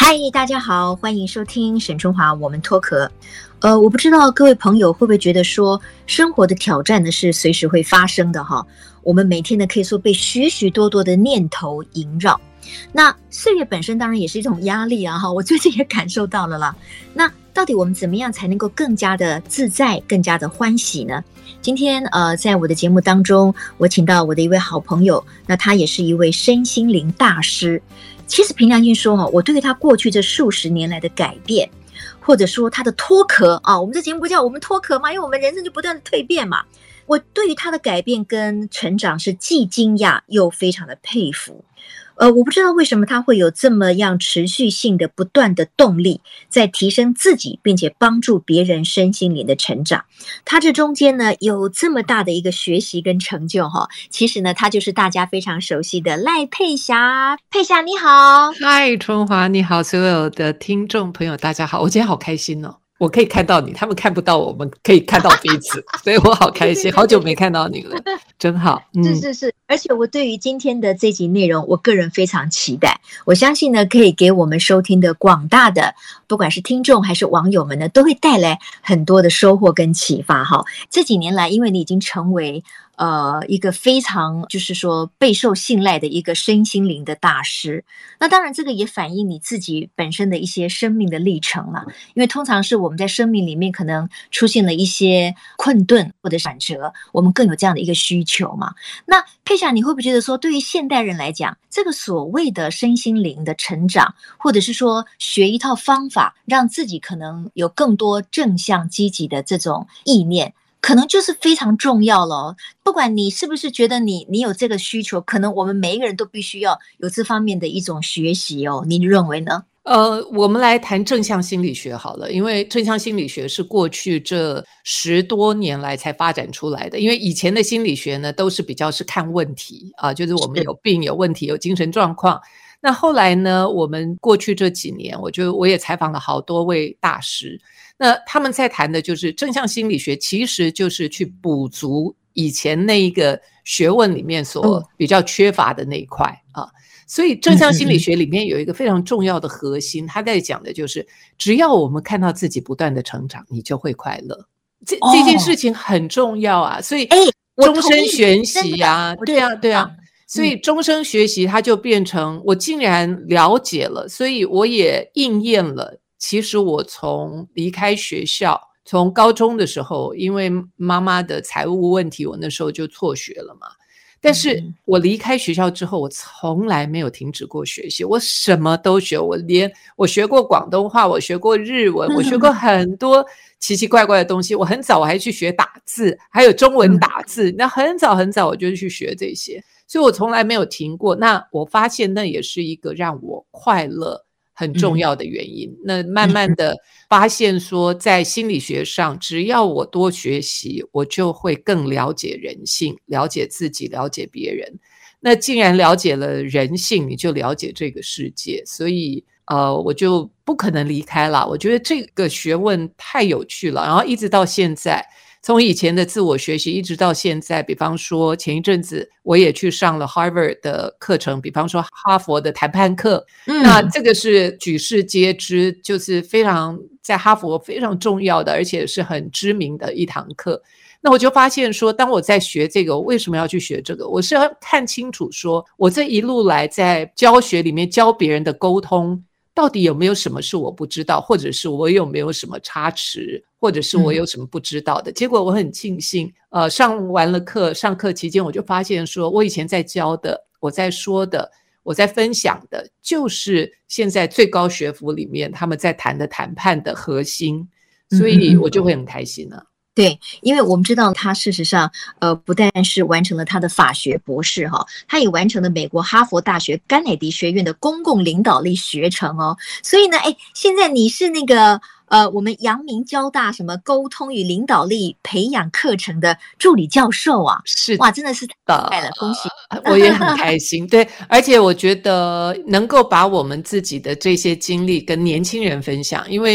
嗨，大家好，欢迎收听沈春华我们脱壳。我不知道各位朋友会不会觉得说，生活的挑战呢是随时会发生的哈。我们每天呢可以说被许许多多的念头萦绕。那岁月本身当然也是一种压力啊哈，我最近也感受到了啦。那到底我们怎么样才能够更加的自在，更加的欢喜呢？今天在我的节目当中，我请到我的一位好朋友，那他也是一位身心灵大师。其实凭良心说我对于他过去这数十年来的改变，或者说他的脱壳啊，我们这节目不叫我们脱壳嘛，因为我们人生就不断的蜕变嘛。我对于他的改变跟成长是既惊讶又非常的佩服。我不知道为什么他会有这么样持续性的不断的动力，在提升自己，并且帮助别人身心灵的成长。他这中间呢有这么大的一个学习跟成就哈，其实呢他就是大家非常熟悉的赖佩霞。佩霞你好。 嗨，春华你好，所有的听众朋友大家好，我今天好开心哦，我可以看到你，他们看不到我们可以看到彼此所以我好开心，好久没看到你了，真好。 是，而且我对于今天的这集内容，我个人非常期待。我相信呢，可以给我们收听的广大的不管是听众还是网友们呢，都会带来很多的收获跟启发哈。这几年来，因为你已经成为一个非常就是说备受信赖的一个身心灵的大师，那当然这个也反映你自己本身的一些生命的历程啦。因为通常是我们在生命里面可能出现了一些困顿或者转折，我们更有这样的一个需求嘛。那佩霞，你会不会觉得说，对于现代人来讲，这个所谓的身心灵的成长，或者是说学一套方法，让自己可能有更多正向积极的这种意念，可能就是非常重要了。不管你是不是觉得你有这个需求，可能我们每一个人都必须要有这方面的一种学习哦。你认为呢？ 我们来谈正向心理学好了，因为正向心理学是过去这10多年来才发展出来的。因为以前的心理学呢，都是比较是看问题啊，就是我们有病、有问题、有精神状况。那后来呢，我们过去这几年，我也采访了好多位大师，那他们在谈的就是正向心理学，其实就是去补足以前那一个学问里面所比较缺乏的那一块啊。所以正向心理学里面有一个非常重要的核心，他在讲的就是只要我们看到自己不断的成长，你就会快乐。这件事情很重要啊，所以终身学习啊，对啊，所以终身学习它就变成我竟然了解了，所以我也应验了。其实我从离开学校，从高中的时候，因为妈妈的财务问题，我那时候就辍学了嘛。但是我离开学校之后，我从来没有停止过学习，我什么都学，我学过广东话，我学过日文，我学过很多奇奇怪怪的东西。我很早我还去学打字，还有中文打字，那很早我就去学这些，所以我从来没有停过。那我发现那也是一个让我快乐很重要的原因。那慢慢的发现说，在心理学上，只要我多学习，我就会更了解人性，了解自己，了解别人。那既然了解了人性，你就了解这个世界，所以我就不可能离开了。我觉得这个学问太有趣了，然后一直到现在，从以前的自我学习一直到现在，比方说前一阵子我也去上了 Harvard 的课程，比方说哈佛的谈判课，那这个是举世皆知，就是非常在哈佛非常重要的，而且是很知名的一堂课。那我就发现说，当我在学这个，我为什么要去学这个？我是要看清楚说，我这一路来在教学里面教别人的沟通，到底有没有什么是我不知道，或者是我有没有什么差池，或者是我有什么不知道的。结果我很庆幸上完了课，上课期间我就发现说，我以前在教的，我在说的，我在分享的，就是现在最高学府里面他们在谈的谈判的核心，所以我就会很开心啊。 对，因为我们知道他事实上不但是完成了他的法学博士哈，他也完成了美国哈佛大学甘乃迪学院的公共领导力学程哦。所以呢，现在你是那个我们阳明交大什么沟通与领导力培养课程的助理教授啊。 是哇，真的是太厉害了，恭喜。 我也很开心。对，而且我觉得能够把我们自己的这些经历跟年轻人分享，因为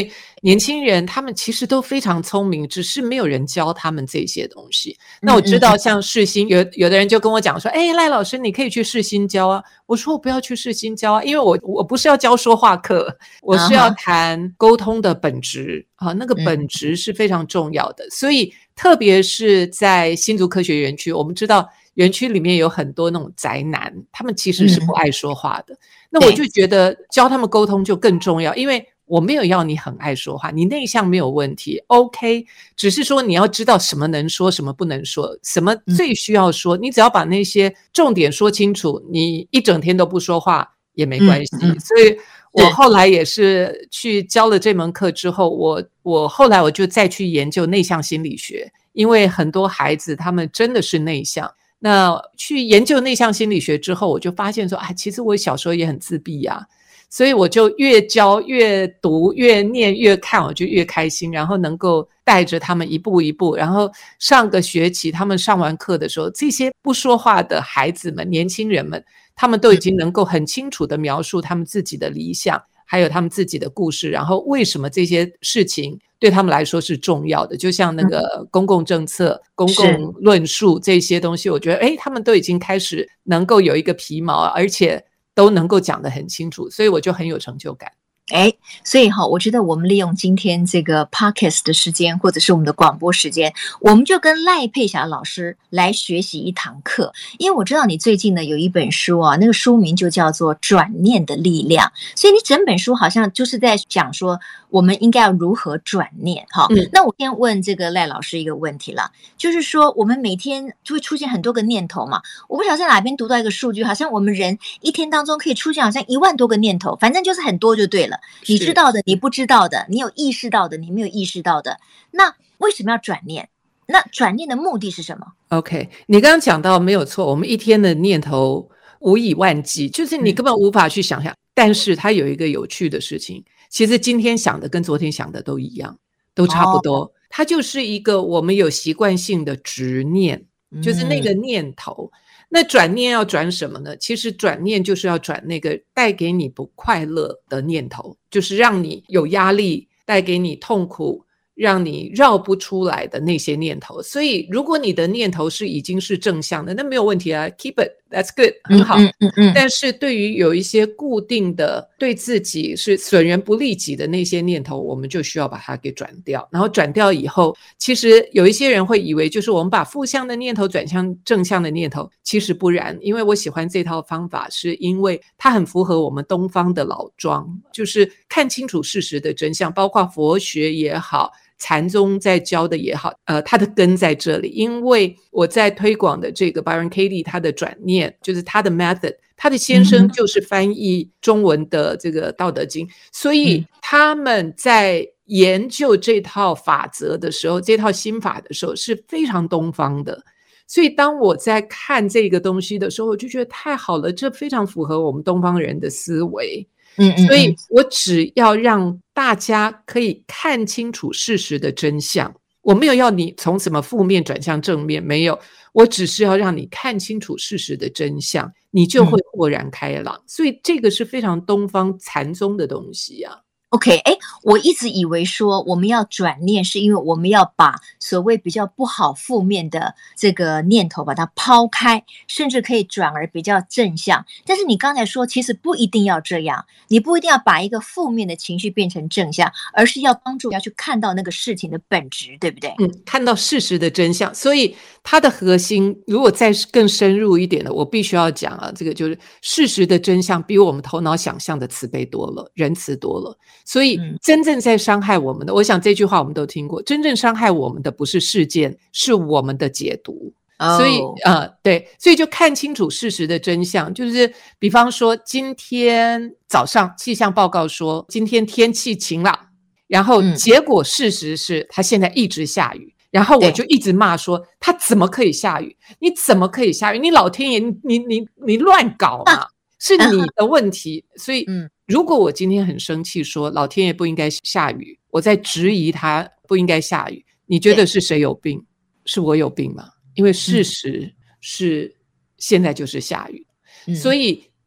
年轻人他们其实都非常聪明，只是没有人教他们这些东西。那我知道像世新，有的人就跟我讲说，赖老师你可以去世新教啊。我说我不要去世新教啊，因为我不是要教说话课，我是要谈沟通的本质啊，那个本质是非常重要的。所以特别是在新竹科学园区，我们知道园区里面有很多那种宅男，他们其实是不爱说话的。那我就觉得教他们沟通就更重要，因为我没有要你很爱说话，你内向没有问题 OK， 只是说你要知道什么能说什么不能说，什么最需要说，你只要把那些重点说清楚，你一整天都不说话也没关系。所以我后来也是去教了这门课之后，我后来我就再去研究内向心理学，因为很多孩子他们真的是内向。那去研究内向心理学之后，我就发现说其实我小时候也很自闭啊，所以我就越教越读越念越看，我就越开心，然后能够带着他们一步一步，然后上个学期他们上完课的时候，这些不说话的孩子们年轻人们，他们都已经能够很清楚地描述他们自己的理想，还有他们自己的故事，然后为什么这些事情对他们来说是重要的，就像那个公共政策、公共论述这些东西，我觉得他们都已经开始能够有一个皮毛，而且都能够讲得很清楚，所以我就很有成就感。 所以我觉得我们利用今天这个 podcast 的时间，或者是我们的广播时间，我们就跟赖佩霞老师来学习一堂课。因为我知道你最近呢有一本书啊，那个书名就叫做《转念的力量》，所以你整本书好像就是在讲说我们应该要如何转念。那我先问这个赖老师一个问题了，就是说我们每天就会出现很多个念头嘛，我不晓得在哪边读到一个数据，好像我们人一天当中可以出现好像1万多个念头，反正就是很多就对了。你知道的，你不知道的，你有意识到的，你没有意识到的。那为什么要转念？那转念的目的是什么 ？OK， 你刚刚讲到没有错，我们一天的念头无以万计，就是你根本无法去想象。但是它有一个有趣的事情，其实今天想的跟昨天想的都一样，都差不多。它就是一个我们有习惯性的执念，就是那个念头。那转念要转什么呢？其实转念就是要转那个带给你不快乐的念头，就是让你有压力，带给你痛苦，让你绕不出来的那些念头。所以如果你的念头已经是正向的，那没有问题啊， keep it， that's good， 很好。但是对于有一些固定的对自己是损人不利己的那些念头，我们就需要把它给转掉。然后转掉以后，其实有一些人会以为就是我们把负向的念头转向正向的念头，其实不然。因为我喜欢这套方法，是因为它很符合我们东方的老庄，就是看清楚事实的真相，包括佛学也好，禅宗在教的也好，它的根在这里。因为我在推广的这个 Byron Katie 他的转念，就是他的 method， 他的先生就是翻译中文的这个道德经，所以他们在研究这套法则的时候，这套心法的时候是非常东方的。所以当我在看这个东西的时候，我就觉得太好了，这非常符合我们东方人的思维。所以我只要让大家可以看清楚事实的真相，我没有要你从什么负面转向正面，没有，我只是要让你看清楚事实的真相，你就会豁然开朗。所以这个是非常东方禅宗的东西啊。 OK， 我一直以为说我们要转念，是因为我们要把所谓比较不好、负面的这个念头把它抛开，甚至可以转而比较正向。但是你刚才说，其实不一定要这样，你不一定要把一个负面的情绪变成正向，而是要帮助要去看到那个事情的本质，对不对？ 看到事实的真相。所以它的核心，如果再更深入一点的，我必须要讲啊，这个就是事实的真相比我们头脑想象的慈悲多了，仁慈多了。所以真正在伤害我们的，我想这句话我们都听过，真正伤害我们的不是事件，是我们的解读。所以对，所以就看清楚事实的真相，就是比方说今天早上气象报告说今天天气晴朗，然后结果事实是它现在一直下雨，然后我就一直骂说它怎么可以下雨，你怎么可以下雨，你老天爷你乱搞嘛，是你的问题。所以如果我今天很生气说老天爷不应该下雨，我在质疑他不应该下雨，你觉得是谁有病？是我有病吗？因为事实是现在就是下雨。所以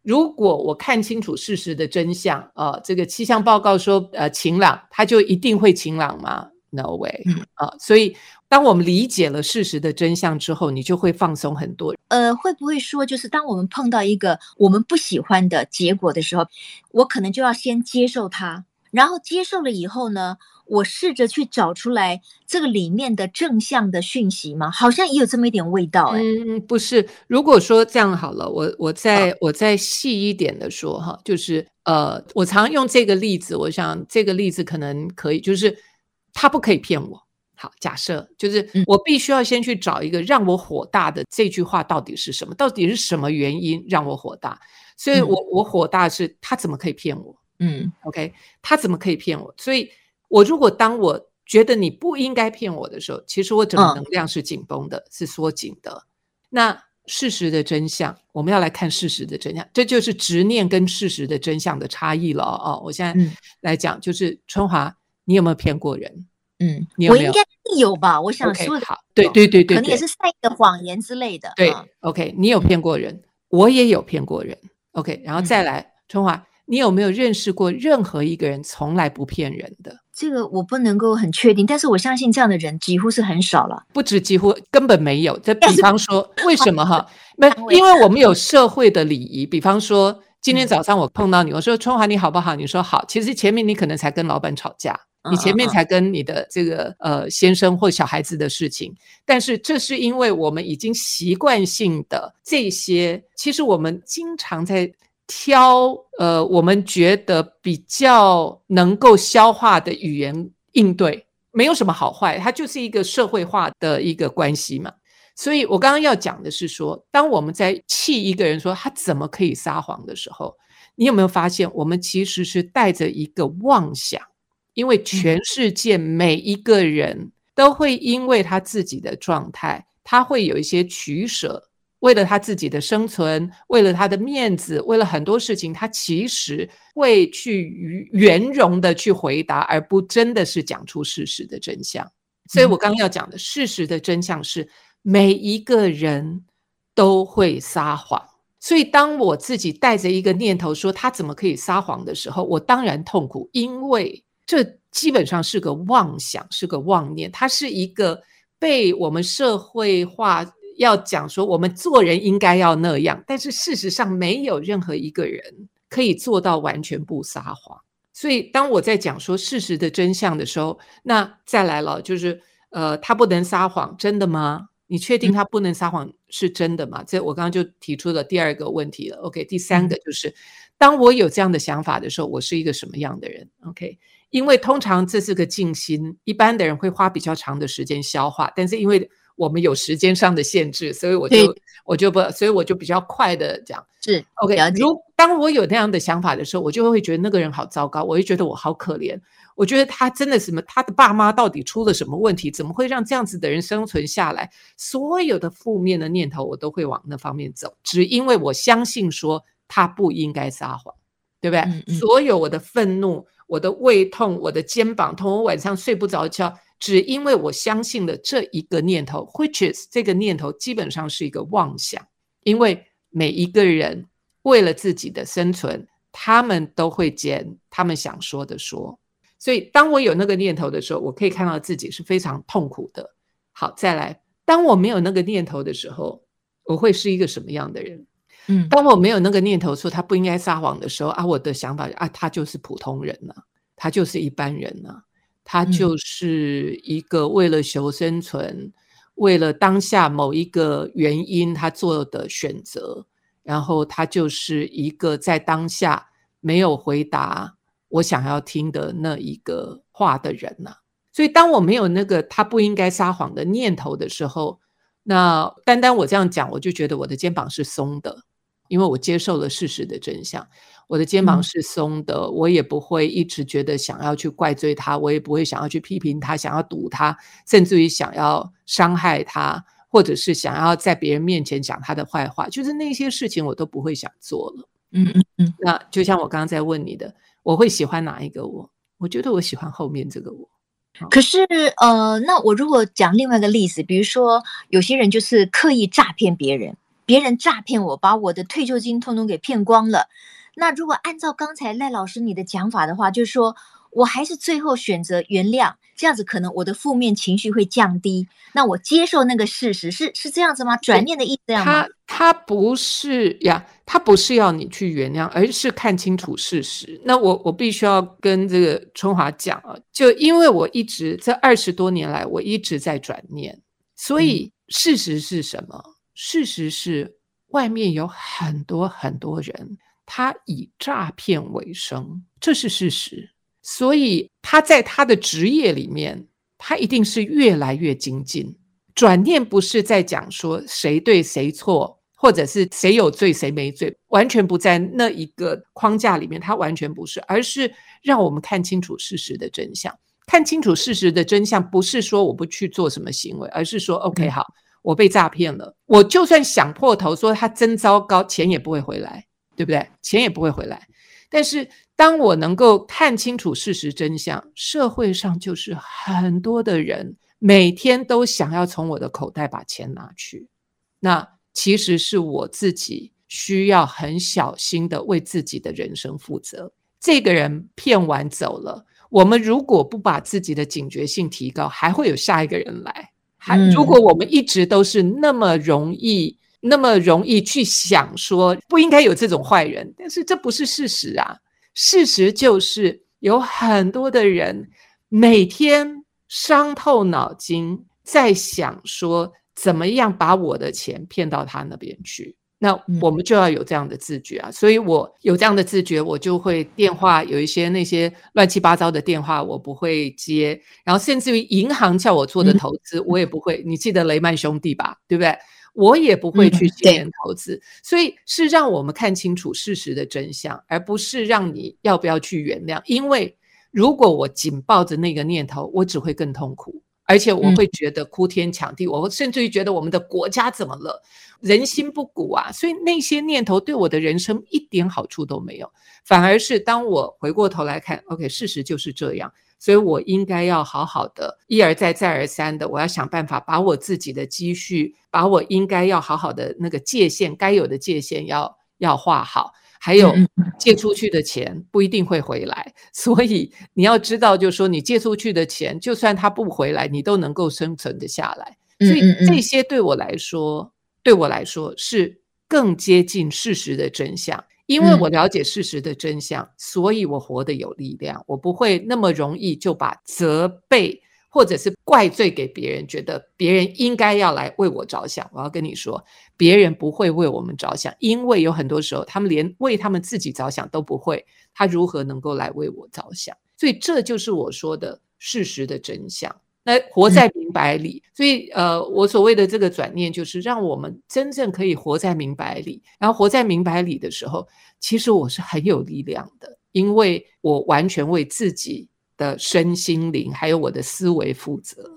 如果我看清楚事实的真相，这个气象报告说晴朗，它就一定会晴朗吗？No way。所以当我们理解了事实的真相之后，你就会放松很多。 会不会说，就是当我们碰到一个我们不喜欢的结果的时候，我可能就要先接受它，然后接受了以后呢，我试着去找出来这个里面的正向的讯息吗？好像也有这么一点味道不是。如果说这样好了，我再细一点的说哈，就是我常用这个例子，我想这个例子可能可以，就是他不可以骗我。好，假设就是我必须要先去找一个让我火大的这句话到底是什么，到底是什么原因让我火大，所以我火大是他怎么可以骗我？OK， 他怎么可以骗我？所以当我觉得你不应该骗我的时候，其实我整个能量是紧绷的，是缩紧的。那事实的真相，我们要来看事实的真相，这就是执念跟事实的真相的差异了我现在来讲，就是春华，你有没有骗过人？你有没有？ 我应该有吧，我想说的。 好，对，可能也是善意的谎言之类的。 对，OK， 你有骗过人，我也有骗过人 ，OK， 然后再来，春华，你有没有认识过任何一个人从来不骗人的？ 这个我不能够很确定，但是我相信这样的人几乎是很少了， 不止几乎，根本没有。这比方说，为什么哈？因为我们有社会的礼仪，比方说，今天早上我碰到你，我说春华你好不好？你说好，其实前面你可能才跟老板吵架。你前面才跟你的这个先生或小孩子的事情，但是这是因为我们已经习惯性的这些，其实我们经常在挑我们觉得比较能够消化的语言应对，没有什么好坏，它就是一个社会化的一个关系嘛。所以我刚刚要讲的是说，当我们在气一个人说他怎么可以撒谎的时候，你有没有发现我们其实是带着一个妄想，因为全世界每一个人都会因为他自己的状态，他会有一些取舍，为了他自己的生存，为了他的面子，为了很多事情，他其实会去圆融的去回答，而不真的是讲出事实的真相。所以我刚刚要讲的事实的真相是每一个人都会撒谎。所以当我自己带着一个念头说他怎么可以撒谎的时候，我当然痛苦，因为这基本上是个妄想，是个妄念，它是一个被我们社会化要讲说我们做人应该要那样，但是事实上没有任何一个人可以做到完全不撒谎。所以当我在讲说事实的真相的时候，那再来了，就是他不能撒谎，真的吗？你确定他不能撒谎是真的吗？这我刚刚就提出了第二个问题了。OK， 第三个就是当我有这样的想法的时候，我是一个什么样的人 ？OK， 因为通常这是个静心，一般的人会花比较长的时间消化，但是因为我们有时间上的限制，所以我就比较快的讲。 是 OK， 当我有那样的想法的时候，我就会觉得那个人好糟糕，我会觉得我好可怜。我觉得他真的他的爸妈到底出了什么问题？怎么会让这样子的人生存下来？所有的负面的念头我都会往那方面走，只因为我相信说他不应该撒谎，对不对？所有我的愤怒、我的胃痛、我的肩膀痛，我晚上睡不着觉，只因为我相信了这一个念头 which is 这个念头基本上是一个妄想，因为每一个人为了自己的生存，他们都会捡他们想说的说。所以当我有那个念头的时候，我可以看到自己是非常痛苦的。好，再来，当我没有那个念头的时候，我会是一个什么样的人？当我没有那个念头说他不应该撒谎的时候我的想法他就是普通人他就是一般人他就是一个为了求生存，为了当下某一个原因他做的选择，然后他就是一个在当下没有回答我想要听的那一个话的人所以当我没有那个他不应该撒谎的念头的时候，那单单我这样讲，我就觉得我的肩膀是松的，因为我接受了事实的真相，我的肩膀是松的，我也不会一直觉得想要去怪罪他，我也不会想要去批评他，想要堵他，甚至于想要伤害他，或者是想要在别人面前讲他的坏话，就是那些事情我都不会想做了。那就像我刚刚在问你的，我会喜欢哪一个我？我觉得我喜欢后面这个我。 可是那我如果讲另外一个例子，比如说有些人就是刻意诈骗别人， 别人诈骗我，把我的退休金通通给骗光了。那如果按照刚才赖老师你的讲法的话，就是说我还是最后选择原谅，这样子可能我的负面情绪会降低。那我接受那个事实，是这样子吗？转念的意思这样吗？ 他不是呀，他不是要你去原谅，而是看清楚事实。那我必须要跟这个春华讲啊，就因为我一直这20多年来，我一直在转念，所以事实是什么？事实是外面有很多很多人，他以诈骗为生，这是事实。所以他在他的职业里面，他一定是越来越精进。转念不是在讲说谁对谁错，或者是谁有罪谁没罪，完全不在那一个框架里面，它完全不是，而是让我们看清楚事实的真相。看清楚事实的真相不是说我不去做什么行为，而是说 OK 好，我被诈骗了，我就算想破头说他真糟糕，钱也不会回来，对不对？钱也不会回来。但是当我能够看清楚事实真相，社会上就是很多的人每天都想要从我的口袋把钱拿去，那其实是我自己需要很小心的为自己的人生负责。这个人骗完走了，我们如果不把自己的警觉性提高，还会有下一个人来。如果我们一直都是那么容易去想说不应该有这种坏人，但是这不是事实啊。事实就是有很多的人每天伤透脑筋在想说怎么样把我的钱骗到他那边去，那我们就要有这样的自觉啊。所以我有这样的自觉，我就会电话有一些那些乱七八糟的电话我不会接，然后甚至于银行叫我做的投资我也不会，你记得雷曼兄弟吧，对不对？我也不会去新年投资，所以是让我们看清楚事实的真相，而不是让你要不要去原谅。因为如果我紧抱着那个念头，我只会更痛苦，而且我会觉得哭天抢地，我甚至于觉得我们的国家怎么了，人心不古啊。所以那些念头对我的人生一点好处都没有，反而是当我回过头来看 OK 事实就是这样，所以我应该要好好的一而再再而三的，我要想办法把我自己的积蓄，把我应该要好好的那个界限，该有的界限要画好。还有借出去的钱不一定会回来，所以你要知道就是说你借出去的钱就算它不回来，你都能够生存得下来。所以这些对我来说是更接近事实的真相。因为我了解事实的真相，所以我活得有力量，我不会那么容易就把责备或者是怪罪给别人，觉得别人应该要来为我着想。我要跟你说，别人不会为我们着想，因为有很多时候他们连为他们自己着想都不会，他如何能够来为我着想？所以这就是我说的事实的真相。那活在明白里，所以我所谓的这个转念就是让我们真正可以活在明白里，然后活在明白里的时候，其实我是很有力量的，因为我完全为自己的身心灵还有我的思维负责。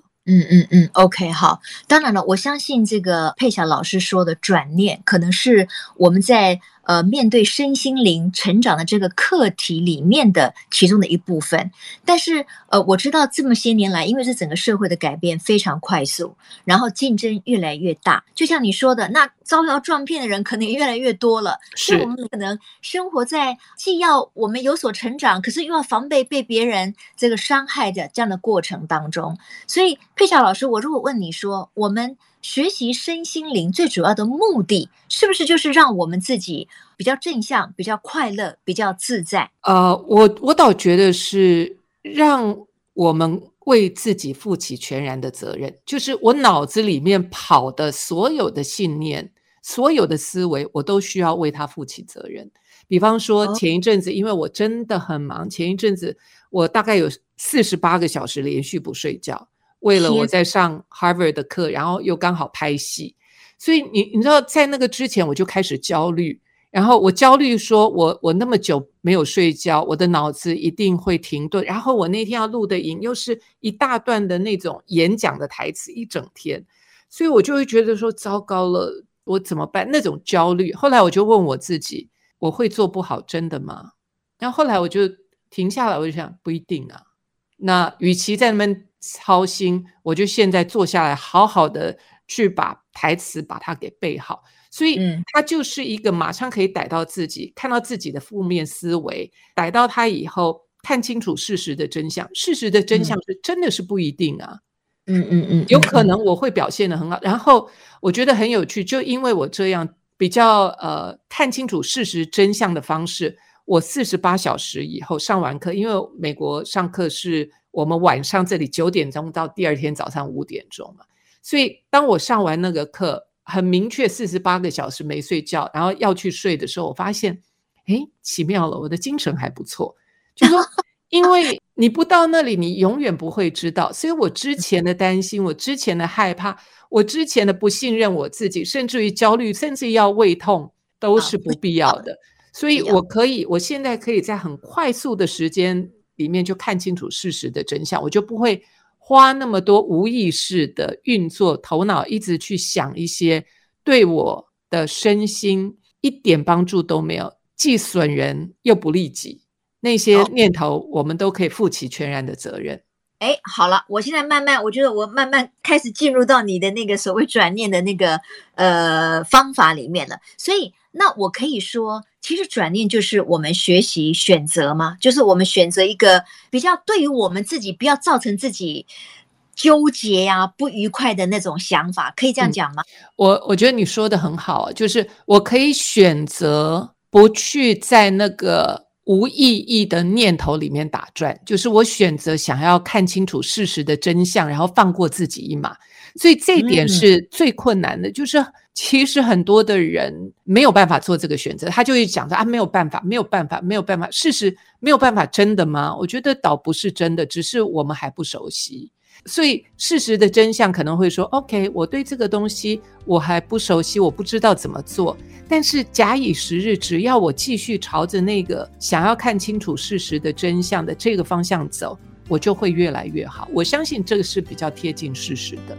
OK 好，当然了，我相信这个佩霞老师说的转念，可能是我们在面对身心灵成长的这个课题里面的其中的一部分。但是我知道这么些年来，因为这整个社会的改变非常快速，然后竞争越来越大，就像你说的，那招摇撞骗的人可能也越来越多了，所以我们可能生活在既要我们有所成长，可是又要防备被别人这个伤害的这样的过程当中。所以佩霞老师，我如果问你说，我们学习身心灵最主要的目的，是不是就是让我们自己比较正向、比较快乐、比较自在？ 我倒觉得是让我们为自己负起全然的责任，就是我脑子里面跑的所有的信念，所有的思维，我都需要为它负起责任。比方说前一阵子因为我真的很忙，前一阵子我大概有48个小时连续不睡觉，为了我在上 Harvard 的课，然后又刚好拍戏，所以你知道在那个之前我就开始焦虑，然后我焦虑说我那么久没有睡觉，我的脑子一定会停顿，然后我那天要录的影又是一大段的那种演讲的台词一整天，所以我就会觉得说糟糕了，我怎么办？那种焦虑。后来我就问我自己，我会做不好真的吗？然后后来我就停下来，我就想不一定啊。那与其在那边操心，我就现在坐下来好好的去把台词把它给背好。所以他就是一个马上可以逮到自己，看到自己的负面思维，逮到他以后看清楚事实的真相。事实的真相是真的是不一定啊。有可能我会表现得很好，然后我觉得很有趣，就因为我这样比较看清楚事实真相的方式，我48小时以后上完课，因为美国上课是我们晚上这里9点钟到第二天早上5点钟嘛，所以当我上完那个课很明确48个小时没睡觉，然后要去睡的时候，我发现奇妙了，我的精神还不错，就是说因为你不到那里你永远不会知道，所以我之前的担心，我之前的害怕，我之前的不信任我自己，甚至于焦虑，甚至要胃痛都是不必要的。所以我现在可以在很快速的时间里面就看清楚事实的真相，我就不会花那么多无意识的运作头脑，一直去想一些对我的身心一点帮助都没有，既损人又不利己，那些念头我们都可以负起全然的责任。 好了，我现在我觉得我慢慢开始进入到你的那个所谓转念的那个方法里面了。所以那我可以说，其实转念就是我们学习选择嘛，就是我们选择一个比较对于我们自己不要造成自己纠结呀、不愉快的那种想法，可以这样讲吗？ 我觉得你说的很好，就是我可以选择不去在那个无意义的念头里面打转，就是我选择想要看清楚事实的真相，然后放过自己一马。所以这一点是最困难的，就是其实很多的人没有办法做这个选择，他就会讲着没有办法，没有办法，没有办法。事实没有办法真的吗？我觉得倒不是真的，只是我们还不熟悉。所以事实的真相可能会说 OK， 我对这个东西我还不熟悉，我不知道怎么做，但是假以时日，只要我继续朝着那个想要看清楚事实的真相的这个方向走，我就会越来越好。我相信这个是比较贴近事实的。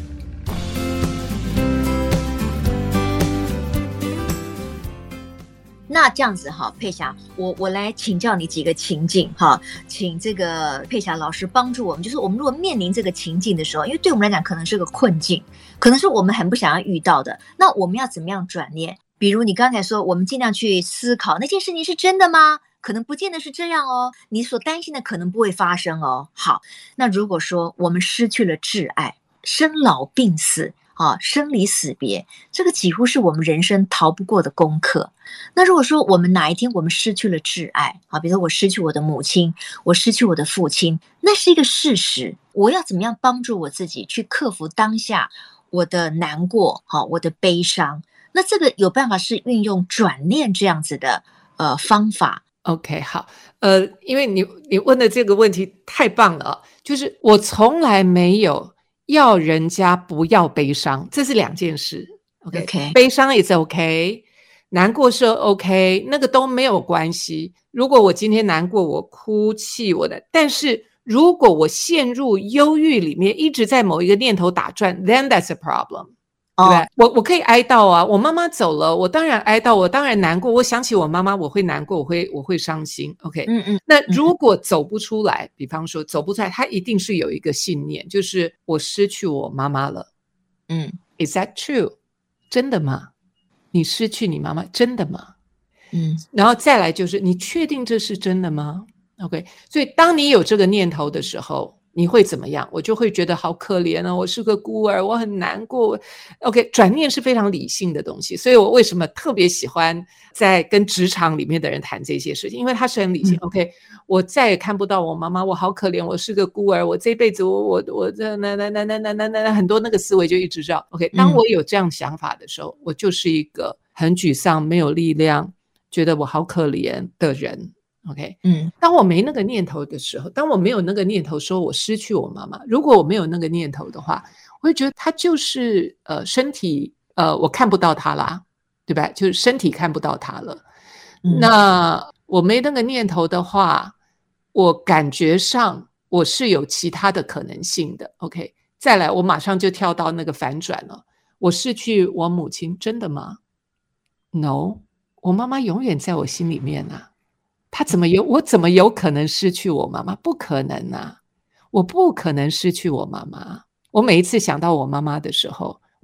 那这样子哈，佩霞，我来请教你几个情境哈，请这个佩霞老师帮助我们，就是我们如果面临这个情境的时候，因为对我们来讲可能是个困境，可能是我们很不想要遇到的，那我们要怎么样转念？比如你刚才说，我们尽量去思考那件事情是真的吗？可能不见得是这样哦，你所担心的可能不会发生哦。好，那如果说我们失去了挚爱，生老病死生离死别，这个几乎是我们人生逃不过的功课。那如果说我们哪一天我们失去了挚爱比如说我失去我的母亲，我失去我的父亲，那是一个事实。我要怎么样帮助我自己去克服当下我的难过我的悲伤？那这个有办法是运用转念这样子的方法。 OK， 好，因为你问的这个问题太棒了，就是我从来没有要人家不要悲伤，这是2件事。OK， 悲伤也是 OK， 难过是 OK， 那个都没有关系。如果我今天难过，我哭泣但是如果我陷入忧郁里面，一直在某一个念头打转 ，then that's a problem。对，我可以哀悼啊，我妈妈走了，我当然哀悼，我当然难过，我想起我妈妈，我会难过，我会伤心。OK， 那如果走不出来，比方说走不出来，他一定是有一个信念，就是我失去我妈妈了。Is that true？ 真的吗？你失去你妈妈，真的吗？然后再来就是你确定这是真的吗？ OK， 所以当你有这个念头的时候，你会怎么样？我就会觉得好可怜我是个孤儿，我很难过。OK， 转念是非常理性的东西，所以我为什么特别喜欢在跟职场里面的人谈这些事情，因为他是很理性。OK， 我再也看不到我妈妈，我好可怜，我是个孤儿，我这辈子我很多那个思维就一直绕。OK， 当我有这样想法的时候，我就是一个很沮丧、没有力量，觉得我好可怜的人。OK， 当我没那个念头的时候，当我没有那个念头说我失去我妈妈，如果我没有那个念头的话，我会觉得他就是身体我看不到他啦，对吧？就是身体看不到他了。那我没那个念头的话，我感觉上我是有其他的可能性的。OK， 再来我马上就跳到那个反转了，我失去我母亲真的吗？ No， 我妈妈永远在我心里面啊。我怎么有可能失去我妈妈？不可能啊，我不可能失去我妈妈。我每一次想到我妈妈的时候，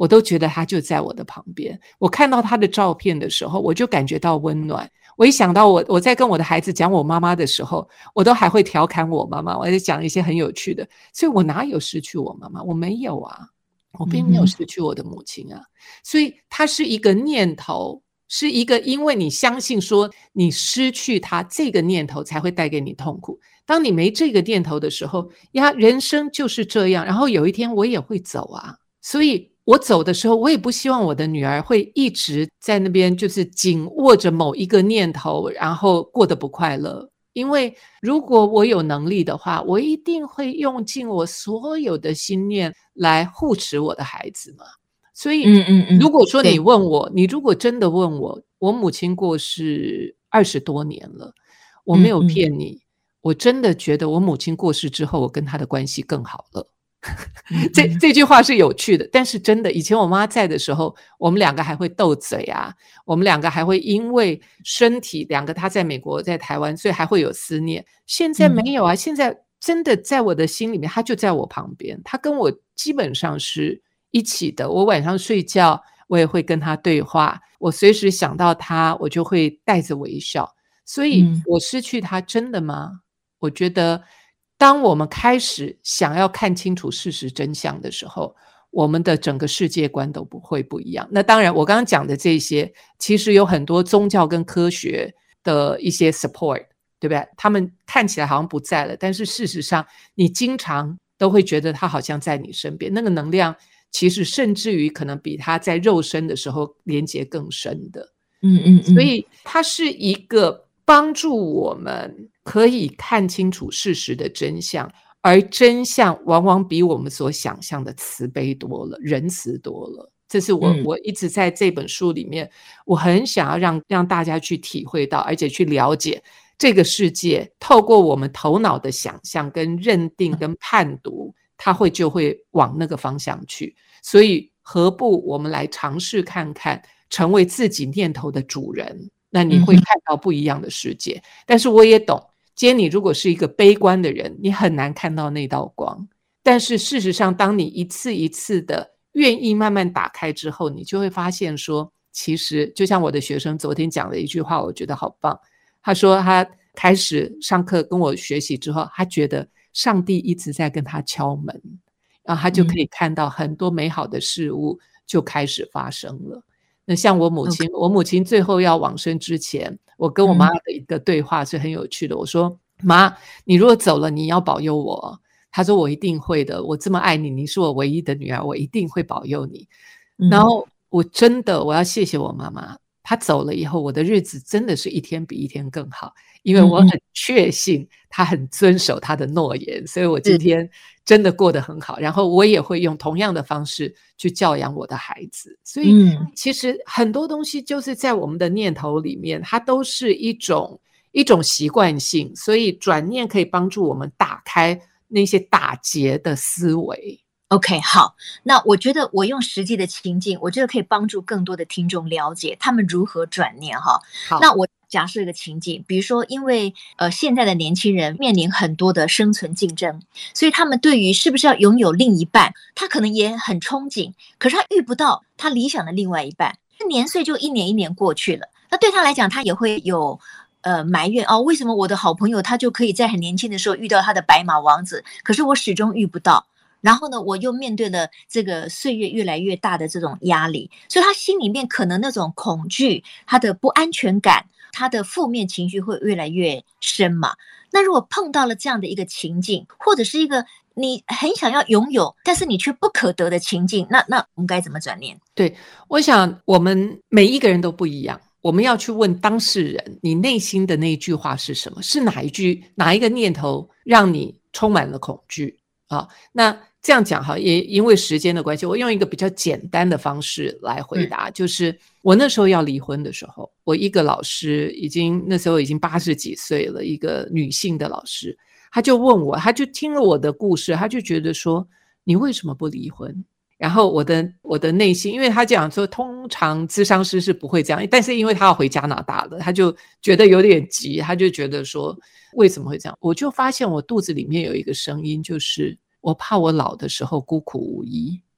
我都觉得他就在我的旁边。我看到他的照片的时候，我就感觉到温暖。我一想到我在跟我的孩子讲我妈妈的时候，我都还会调侃我妈妈，我在讲一些很有趣的。所以我哪有失去我妈妈？我没有啊，我并没有失去我的母亲啊。所以它是一个念头，是一个因为你相信说你失去它，这个念头才会带给你痛苦。当你没这个念头的时候呀，人生就是这样，然后有一天我也会走啊。所以我走的时候，我也不希望我的女儿会一直在那边就是紧握着某一个念头，然后过得不快乐。因为如果我有能力的话，我一定会用尽我所有的心念来护持我的孩子嘛。所以如果说你问我，你如果真的问我，我母亲过世20多年了，我没有骗你，我真的觉得我母亲过世之后，我跟她的关系更好了。这句话是有趣的，但是真的，以前我妈在的时候，我们两个还会斗嘴啊，我们两个还会因为身体，两个她在美国，在台湾，所以还会有思念。现在没有啊，现在真的在我的心里面，她就在我旁边，她跟我基本上是一起的。我晚上睡觉，我也会跟她对话，我随时想到她，我就会带着微笑。所以我失去她真的吗？我觉得当我们开始想要看清楚事实真相的时候，我们的整个世界观都会不一样。那当然我刚刚讲的这些其实有很多宗教跟科学的一些 support， 对不对？他们看起来好像不在了，但是事实上你经常都会觉得他好像在你身边，那个能量其实甚至于可能比他在肉身的时候连接更深的。所以它是一个帮助我们可以看清楚事实的真相，而真相往往比我们所想象的慈悲多了，仁慈多了。这是我一直在这本书里面，我很想要让大家去体会到，而且去了解这个世界，透过我们头脑的想象跟认定跟判读，它就会往那个方向去。所以何不我们来尝试看看，成为自己念头的主人，那你会看到不一样的世界。但是我也懂，今天你如果是一个悲观的人，你很难看到那道光。但是事实上，当你一次一次的愿意慢慢打开之后，你就会发现说，其实就像我的学生昨天讲的一句话，我觉得好棒。他说他开始上课跟我学习之后，他觉得上帝一直在跟他敲门，然后他就可以看到很多美好的事物就开始发生了。那像我母亲，我母亲最后要往生之前，我跟我妈的一个对话是很有趣的。我说妈，你如果走了，你要保佑我。她说我一定会的，我这么爱你，你是我唯一的女儿，我一定会保佑你。然后我要谢谢我妈妈，她走了以后，我的日子真的是一天比一天更好，因为我很确信她很遵守她的诺言，所以我今天真的过得很好。然后我也会用同样的方式去教养我的孩子。所以其实很多东西就是在我们的念头里面，它都是一种习惯性，所以转念可以帮助我们打开那些打结的思维。 OK， 好，那我觉得我用实际的情境，我觉得可以帮助更多的听众了解他们如何转念哈。那我假设一个情境，比如说因为现在的年轻人面临很多的生存竞争，所以他们对于是不是要拥有另一半，他可能也很憧憬，可是他遇不到他理想的另外一半，年岁就一年一年过去了，那对他来讲，他也会有埋怨哦，为什么我的好朋友他就可以在很年轻的时候遇到他的白马王子，可是我始终遇不到。然后呢，我又面对了这个岁月越来越大的这种压力，所以他心里面可能那种恐惧，他的不安全感，他的负面情绪会越来越深嘛。那如果碰到了这样的一个情境，或者是一个你很想要拥有，但是你却不可得的情境，那我们该怎么转念？ 对，我想我们每一个人都不一样，我们要去问当事人，你内心的那一句话是什么？是哪一个念头让你充满了恐惧啊？那这样讲哈，也因为时间的关系，我用一个比较简单的方式来回答，就是我那时候要离婚的时候，我一个老师那时候已经80几岁了，一个女性的老师，她就问我，她就听了我的故事，她就觉得说，你为什么不离婚？然后我的内心，因为她讲说，通常咨商师是不会这样，但是因为她要回加拿大了，她就觉得有点急，她就觉得说，为什么会这样？我就发现我肚子里面有一个声音，就是我怕我老的时候孤苦无依。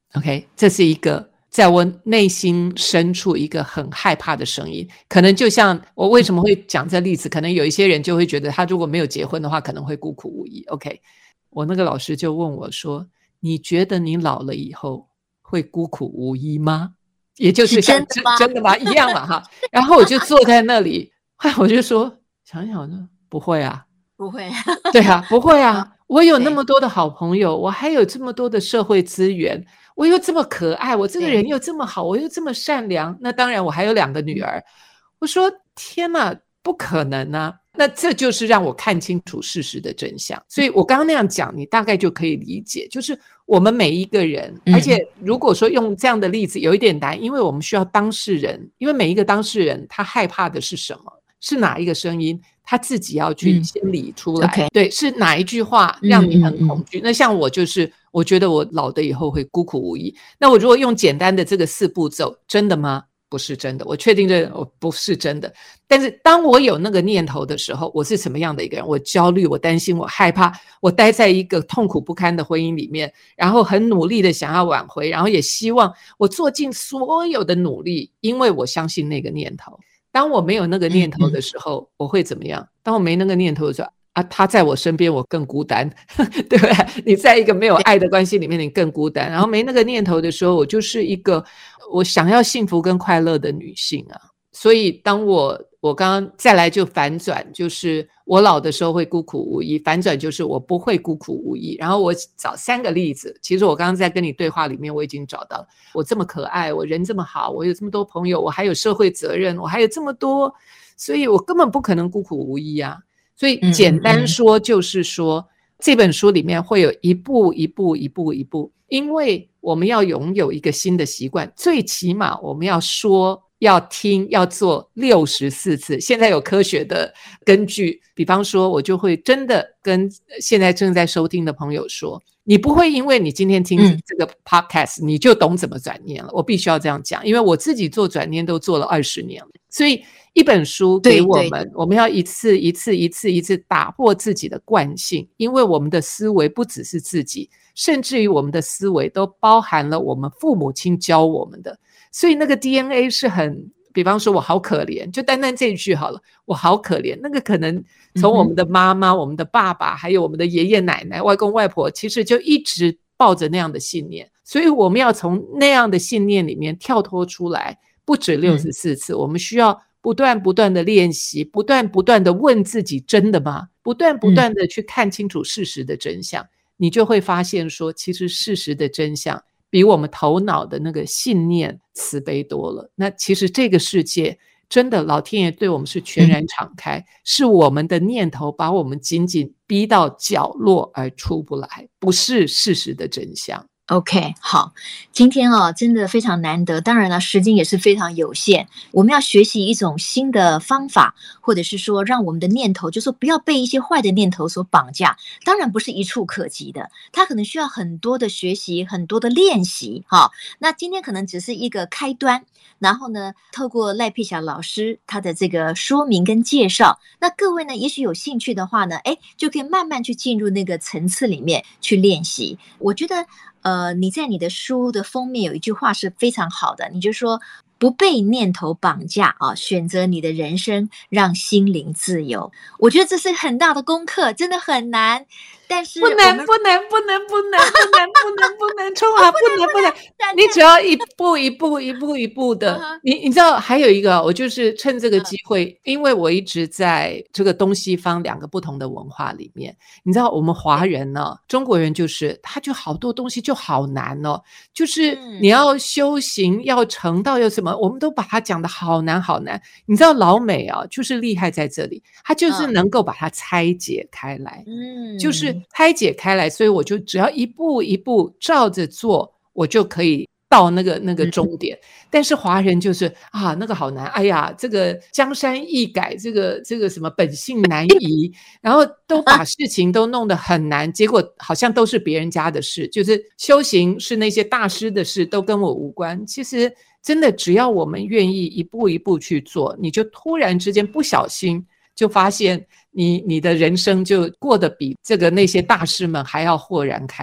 OK， 这是一个在我内心深处一个很害怕的声音。可能就像我为什么会讲这例子，可能有一些人就会觉得他如果没有结婚的话可能会孤苦无依。 OK， 我那个老师就问我说，你觉得你老了以后会孤苦无依吗？也就是像真的吗一样嘛哈。然后我就坐在那里我就说想想呢，不会啊， 不会对啊，不会啊，我有那么多的好朋友，我还有这么多的社会资源，我又这么可爱，我这个人又这么好，我又这么善良，那当然我还有2个女儿。我说天哪，不可能啊。那这就是让我看清楚事实的真相。所以我刚刚那样讲你大概就可以理解，就是我们每一个人，而且如果说用这样的例子有一点难，因为我们需要当事人，因为每一个当事人他害怕的是什么，是哪一个声音，他自己要去先理出来。对，是哪一句话让你很恐惧。那像我就是我觉得我老的以后会孤苦无依，那我如果用简单的这个4步骤，真的吗？不是真的，我确定这不是真的。但是当我有那个念头的时候，我是什么样的一个人？我焦虑，我担心，我害怕，我待在一个痛苦不堪的婚姻里面，然后很努力的想要挽回，然后也希望我做尽所有的努力，因为我相信那个念头。当我没有那个念头的时候，我会怎么样？当我没那个念头的时候他在我身边我更孤单对不对？你在一个没有爱的关系里面你更孤单。然后没那个念头的时候，我就是一个我想要幸福跟快乐的女性啊。所以当我刚刚再来就反转，就是我老的时候会孤苦无依，反转就是我不会孤苦无依。然后我找3个例子，其实我刚刚在跟你对话里面我已经找到了，我这么可爱，我人这么好，我有这么多朋友，我还有社会责任，我还有这么多，所以我根本不可能孤苦无依啊。所以简单说就是说这本书里面会有一步一步一步一步，因为我们要拥有一个新的习惯，最起码我们要说要听要做64次。现在有科学的根据，比方说我就会真的跟现在正在收听的朋友说，你不会因为你今天听这个 podcast 你就懂怎么转念了。我必须要这样讲，因为我自己做转念都做了20年了。所以一本书给我们，我们要一次一次一次一次打破自己的惯性，因为我们的思维不只是自己，甚至于我们的思维都包含了我们父母亲教我们的。所以那个 DNA 是很，比方说我好可怜，就单单这一句好了，我好可怜，那个可能从我们的妈妈我们的爸爸还有我们的爷爷奶奶外公外婆其实就一直抱着那样的信念。所以我们要从那样的信念里面跳脱出来，不止64次，我们需要不断不断的练习，不断不断的问自己真的吗？不断不断的去看清楚事实的真相，你就会发现说其实事实的真相比我们头脑的那个信念慈悲多了。那其实这个世界真的老天爷对我们是全然敞开，是我们的念头把我们紧紧逼到角落而出不来，不是事实的真相。 OK， 好，今天真的非常难得，当然了，时间也是非常有限。我们要学习一种新的方法，或者是说让我们的念头，就是说不要被一些坏的念头所绑架。当然不是一触可及的，它可能需要很多的学习，很多的练习。那今天可能只是一个开端，然后呢，透过赖佩霞老师他的这个说明跟介绍，那各位呢，也许有兴趣的话呢，就可以慢慢去进入那个层次里面去练习。我觉得你在你的书的封面有一句话是非常好的，你就说不被念头绑架选择你的人生，让心灵自由。我觉得这是很大的功课，真的很难，但是不难不难不难不难不难不难不难冲啊，不难不难，你只要一步一步一步一步的。你知道还有一个，我就是趁这个机会，因为我一直在这个东西方2个不同的文化里面，你知道我们华人呢，中国人就是他就好多东西就好难哦，就是你要修行要成道要什么，我们都把它讲得好难好难。你知道老美就是厉害在这里，他就是能够把它拆解开来，就是拆解开来，所以我就只要一步一步照着做，我就可以到那个终点。但是华人就是那个好难，哎呀，这个江山易改，这个什么本性难移，然后都把事情都弄得很难，结果好像都是别人家的事，就是修行是那些大师的事，都跟我无关。其实真的只要我们愿意一步一步去做，你就突然之间不小心就发现你的人生就过得比那些大师们还要豁然开朗。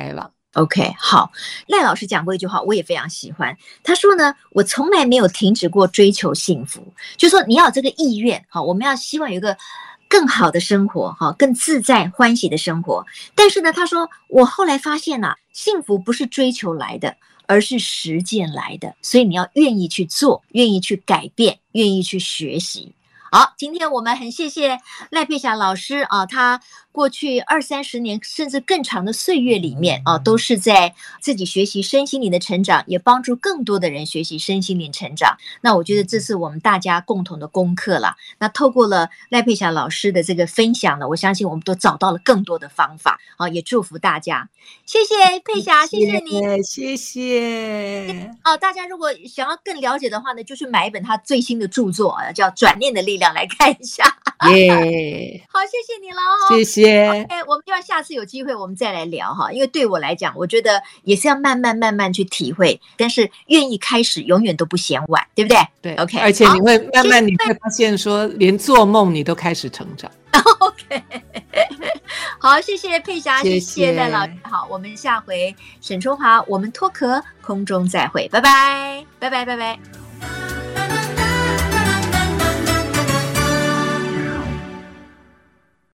OK， 好，赖老师讲过一句话，我也非常喜欢。他说呢，我从来没有停止过追求幸福，就说你要有这个意愿，好，我们要希望有一个更好的生活，哈，更自在欢喜的生活。但是呢，他说我后来发现啊，幸福不是追求来的，而是实践来的。所以你要愿意去做，愿意去改变，愿意去学习。好，今天我们很谢谢赖佩霞老师啊，他过去20-30年甚至更长的岁月里面啊，都是在自己学习身心灵的成长，也帮助更多的人学习身心灵成长。那我觉得这是我们大家共同的功课啦。那透过了赖佩霞老师的这个分享呢，我相信我们都找到了更多的方法啊，也祝福大家。谢谢佩霞，谢谢你， 谢谢。 大家如果想要更了解的话呢，就去买一本他最新的著作啊，叫《转念的力量》来看一下。 耶， 好，谢谢你了， 谢谢。 我们要下次有机会我们再来聊哈，因为对我来讲，我觉得也是要慢慢去体会，但是愿意开始永远都不嫌晚，对不对？ 对 ，OK， 而且你会慢慢你会发现说，连做梦你都开始成长。 OK， 好，谢谢佩霞， 谢谢赖老师，好，我们下回沈春华我们脱壳空中再会，拜拜，拜拜，拜拜。